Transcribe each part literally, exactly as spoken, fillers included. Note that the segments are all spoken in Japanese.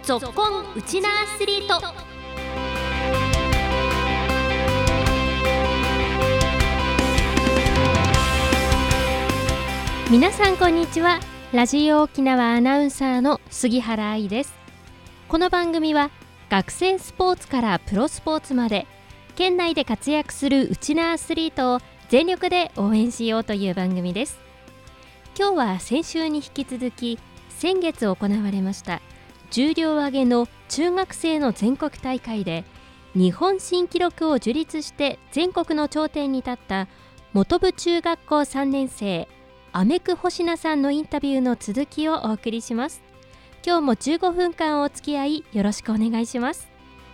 ぞっこんウチナアスリート。皆さんこんにちは。ラジオ沖縄アナウンサーの杉原愛です。この番組は学生スポーツからプロスポーツまで県内で活躍するウチナアスリートを全力で応援しようという番組です。今日は先週に引き続き先月行われました重量挙げの中学生の全国大会で日本新記録を樹立して全国の頂点に立った本部中学校さんねん生アメク星名さんのインタビューの続きをお送りします。今日もじゅうごふんかんお付き合いよろしくお願いします。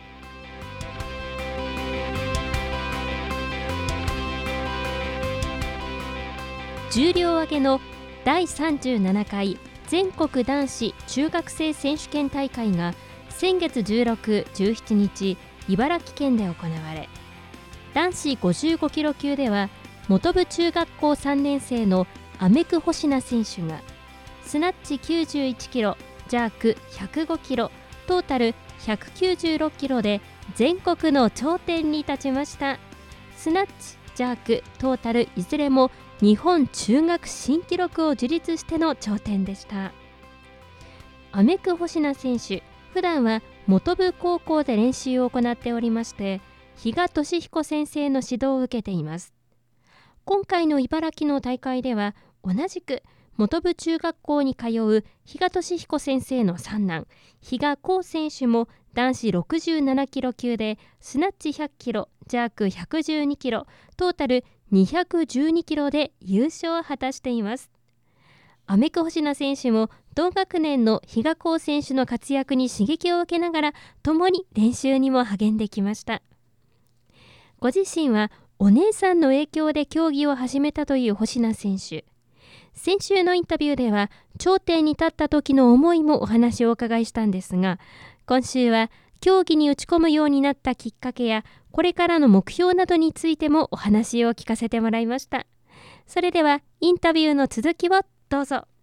重量挙げのだいさんじゅうななかい全国男子中学生選手権大会が先月じゅうろく、じゅうしちにち茨城県で行われ、男子ごじゅうごキロ級では本部中学校さんねん生のアメク星名選手がスナッチきゅうじゅういちキロ、ジャークひゃくごキロ、トータルひゃくきゅうじゅうろっキロで全国の頂点に立ちました。スナッチ、ジャーク、トータルいずれも日本中学新記録を樹立しての頂点でした。アメク星名選手、普段は本部高校で練習を行っておりまして、比嘉俊彦先生の指導を受けています。今回の茨城の大会では同じく本部中学校に通う比嘉俊彦先生の三男比嘉光選手も男子ろくじゅうななキロ級でスナッチひゃっキロ、ジャークひゃくじゅうにキロ、トータルにひゃくじゅうにキロで優勝を果たしています。アメク星名選手も同学年の比嘉光選手の活躍に刺激を受けながら共に練習にも励んできました。ご自身はお姉さんの影響で競技を始めたという星名選手。先週のインタビューでは頂点に立った時の思いもお話をお伺いしたんですが、今週は競技に打ち込むようになったきっかけやこれからの目標などについてもお話を聞かせてもらいました。それではインタビューの続きをどうぞ。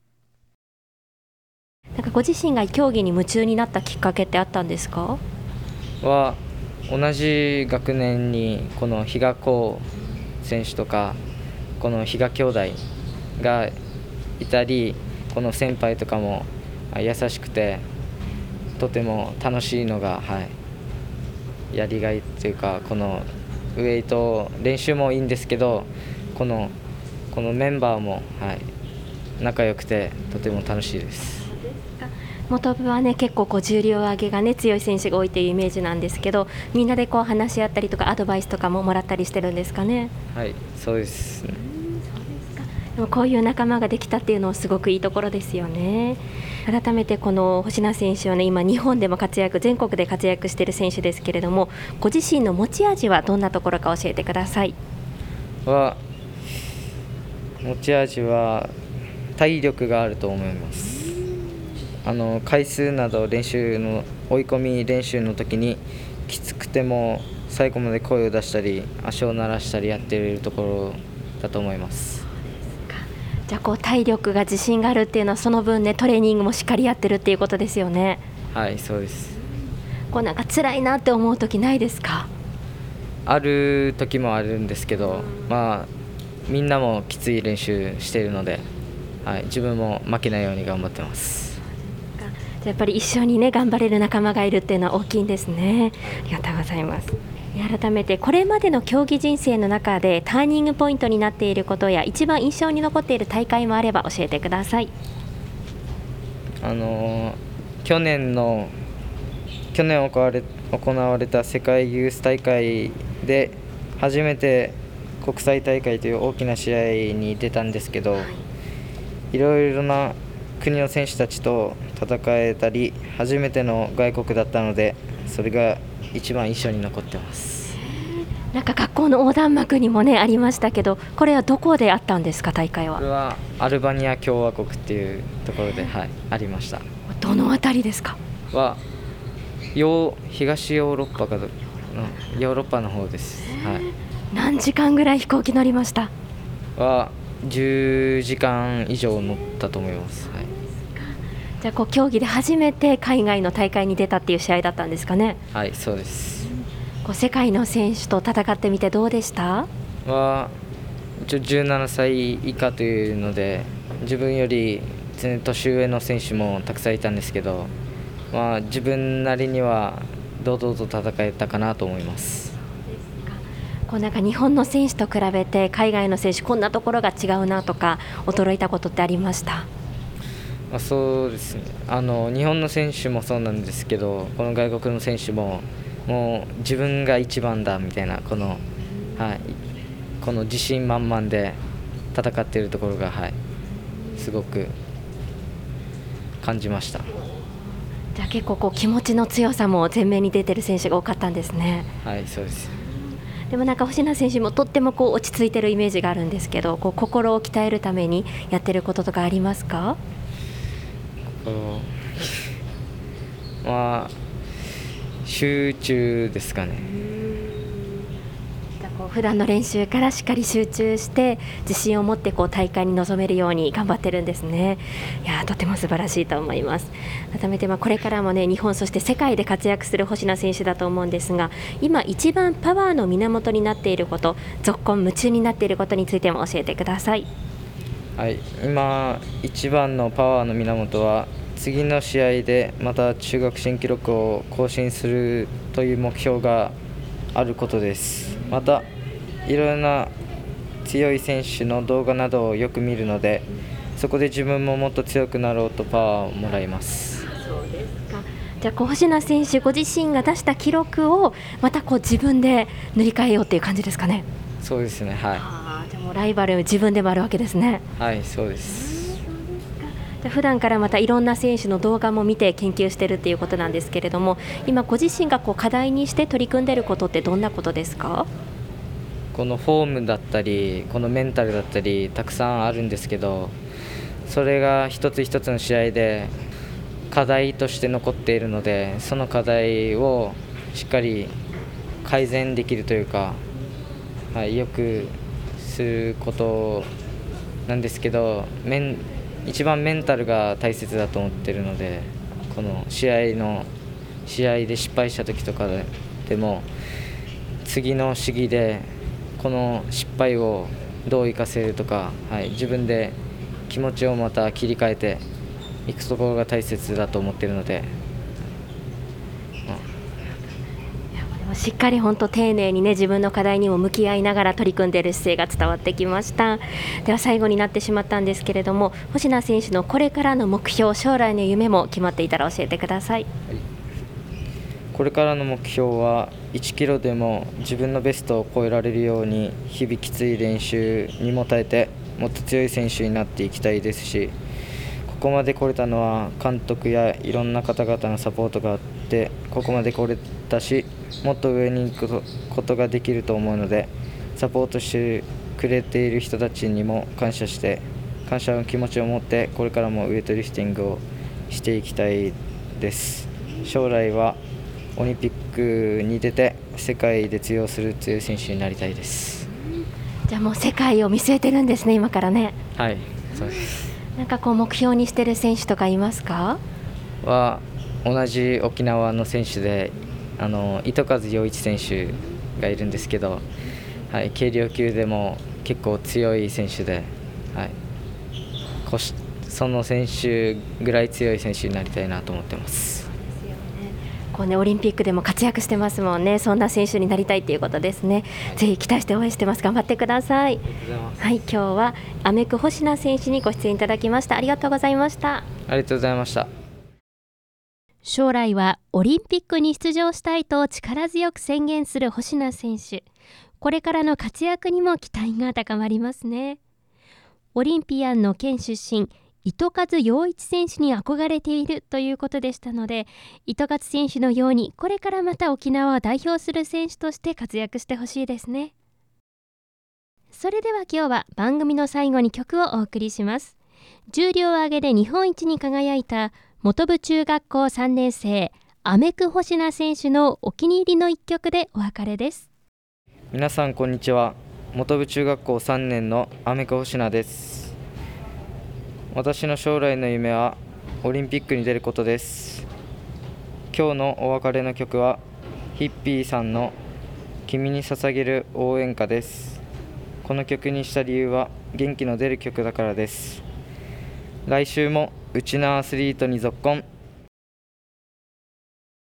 なんかご自身が競技に夢中になったきっかけってあったんですか？ は同じ学年にこの比嘉光選手とかこの比嘉兄弟がいたり、この先輩とかも優しくてとても楽しいのが、はい、やりがいというか、このウェイト練習もいいんですけど、このこのメンバーも、はい、仲良くてとても楽しいです。 本部はね、結構こう重量挙げがね強い選手が多いというイメージなんですけど、みんなでこう話し合ったりとかアドバイスとかももらったりしてるんですかね？ はい、そうですね。 でもこういう仲間ができたっていうのはすごくいいところですよね。改めてこの星名選手はね、今日本でも活躍、全国で活躍している選手ですけれども、ご自身の持ち味はどんなところか教えてください。 は持ち味は体力があると思います。あの回数など練習の追い込み練習の時にきつくても最後まで声を出したり足を鳴らしたりやっているところだと思います。 じゃあこう体力が自信があるっていうのはその分ね、トレーニングもしっかりやってるっていうことですよね？ はい、そうです。 こうなんか辛いなって思う時ないですか？ ある時もあるんですけど、まあみんなもきつい練習しているので、はい、自分も負けないように頑張ってます。 やっぱり一緒にね頑張れる仲間がいるっていうのは大きいんですね。ありがとうございます。改めてこれまでの競技人生の中でターニングポイントになっていることや一番印象に残っている大会もあれば教えてください。 あの去年の去年行われ、行われた世界ユース大会で初めて国際大会という大きな試合に出たんですけど、いろいろな国の選手たちと戦えたり初めての外国だったので、それが一番印象に残ってます。 なんか学校の横断幕にもねありましたけど、これはどこであったんですか？大会は。 これはアルバニア共和国っていうところで、はい、ありました。 どのあたりですか？ はヨ東ヨーロッパかのヨーロッパの方です。はい、 何時間ぐらい飛行機乗りました？ はじゅうじかん以上乗ったと思います。はい、 じゃあこう競技で初めて海外の大会に出たっていう試合だったんですかね。 はい、そうです。 こう世界の選手と戦ってみてどうでした？ は一応じゅうななさい以下というので、自分より全然年上の選手もたくさんいたんですけど、まあ、自分なりには堂々と戦えたかなと思います。 こうなんか日本の選手と比べて海外の選手こんなところが違うなとか驚いたことってありました？ まあ、そうですね、あの日本の選手もそうなんですけど、この外国の選手ももう自分が一番だみたいなこの、はい、この自信満々で戦っているところが、はい、すごく感じました。 じゃあ結構こう気持ちの強さも前面に出ている選手が多かったんですね。 はい、そうです。 でもなんか星名選手もとってもこう落ち着いているイメージがあるんですけど、こう心を鍛えるためにやってることとかありますか？ まあ集中ですかね。 じゃあこう普段の練習からしっかり集中して自信を持ってこう大会に臨めるように頑張ってるんですね。いやとても素晴らしいと思います。改めてまあこれからもね日本そして世界で活躍する星名選手だと思うんですが、今一番パワーの源になっていること、ぞっこん夢中になっていることについても教えてください。 はい、今一番のパワーの源は次の試合でまた中学新記録を更新するという目標があることです。またいろんな強い選手の動画などをよく見るので、そこで自分ももっと強くなろうとパワーをもらいます。 そうですか。じゃあこう星名選手ご自身が出した記録をまたこう自分で塗り替えようっていう感じですかね。 そうですね、はい。 あでもライバル自分でもあるわけですね。 はい、そうです。 じゃあ普段からまたいろんな選手の動画も見て研究しているということなんですけれども、今ご自身がこう課題にして取り組んでいることってどんなことですか？ このフォームだったりこのメンタルだったりたくさんあるんですけど、それが一つ一つの試合で課題として残っているので、その課題をしっかり改善できるというか、はい、よくすることなんですけど、メン一番メンタルが大切だと思っているので、この試合の試合で失敗した時とかでも次の試技でこの失敗をどう生かせるとか、はい、自分で気持ちをまた切り替えていくところが大切だと思っているので、 しっかり本当丁寧にね自分の課題にも向き合いながら取り組んでいる姿勢が伝わってきました。では最後になってしまったんですけれども、星名選手のこれからの目標、将来の夢も決まっていたら教えてください。 はい、これからの目標はいちキロでも自分のベストを超えられるように日々きつい練習にも耐えてもっと強い選手になっていきたいですし、ここまで来れたのは監督やいろんな方々のサポートがあってここまで来れたし、もっと上に行くことができると思うので、サポートしてくれている人たちにも感謝して感謝の気持ちを持ってこれからもウエイトリフティングをしていきたいです。将来はオリンピックに出て世界で通用する強い選手になりたいです。 じゃあもう世界を見据えてるんですね今からね。 はい、そうです。 なんかこう目標にしてる選手とかいますか？ は同じ沖縄の選手であの糸数陽一選手がいるんですけど、はい、軽量級でも結構強い選手で、はい、こしその選手ぐらい強い選手になりたいなと思ってます。 こうね、オリンピックでも活躍してますもんね。そんな選手になりたいということですね。ぜひ期待して応援してます。頑張ってください。はい、今日はアメク星名選手にご出演いただきました。ありがとうございました。 ありがとうございました。 将来はオリンピックに出場したいと力強く宣言する星名選手。これからの活躍にも期待が高まりますね。オリンピアンの県出身、糸数陽一選手に憧れているということでしたので、糸数選手のようにこれからまた沖縄を代表する選手として活躍してほしいですね。それでは今日は番組の最後に曲をお送りします。重量挙げで日本一に輝いた本部中学校さんねん生アメク星名選手のお気に入りの一曲でお別れです。 皆さんこんにちは。本部中学校さんねんのアメク星名です。私の将来の夢はオリンピックに出ることです。今日のお別れの曲はヒッピーさんの君に捧げる応援歌です。この曲にした理由は元気の出る曲だからです。来週もうちのアスリートにぞっこん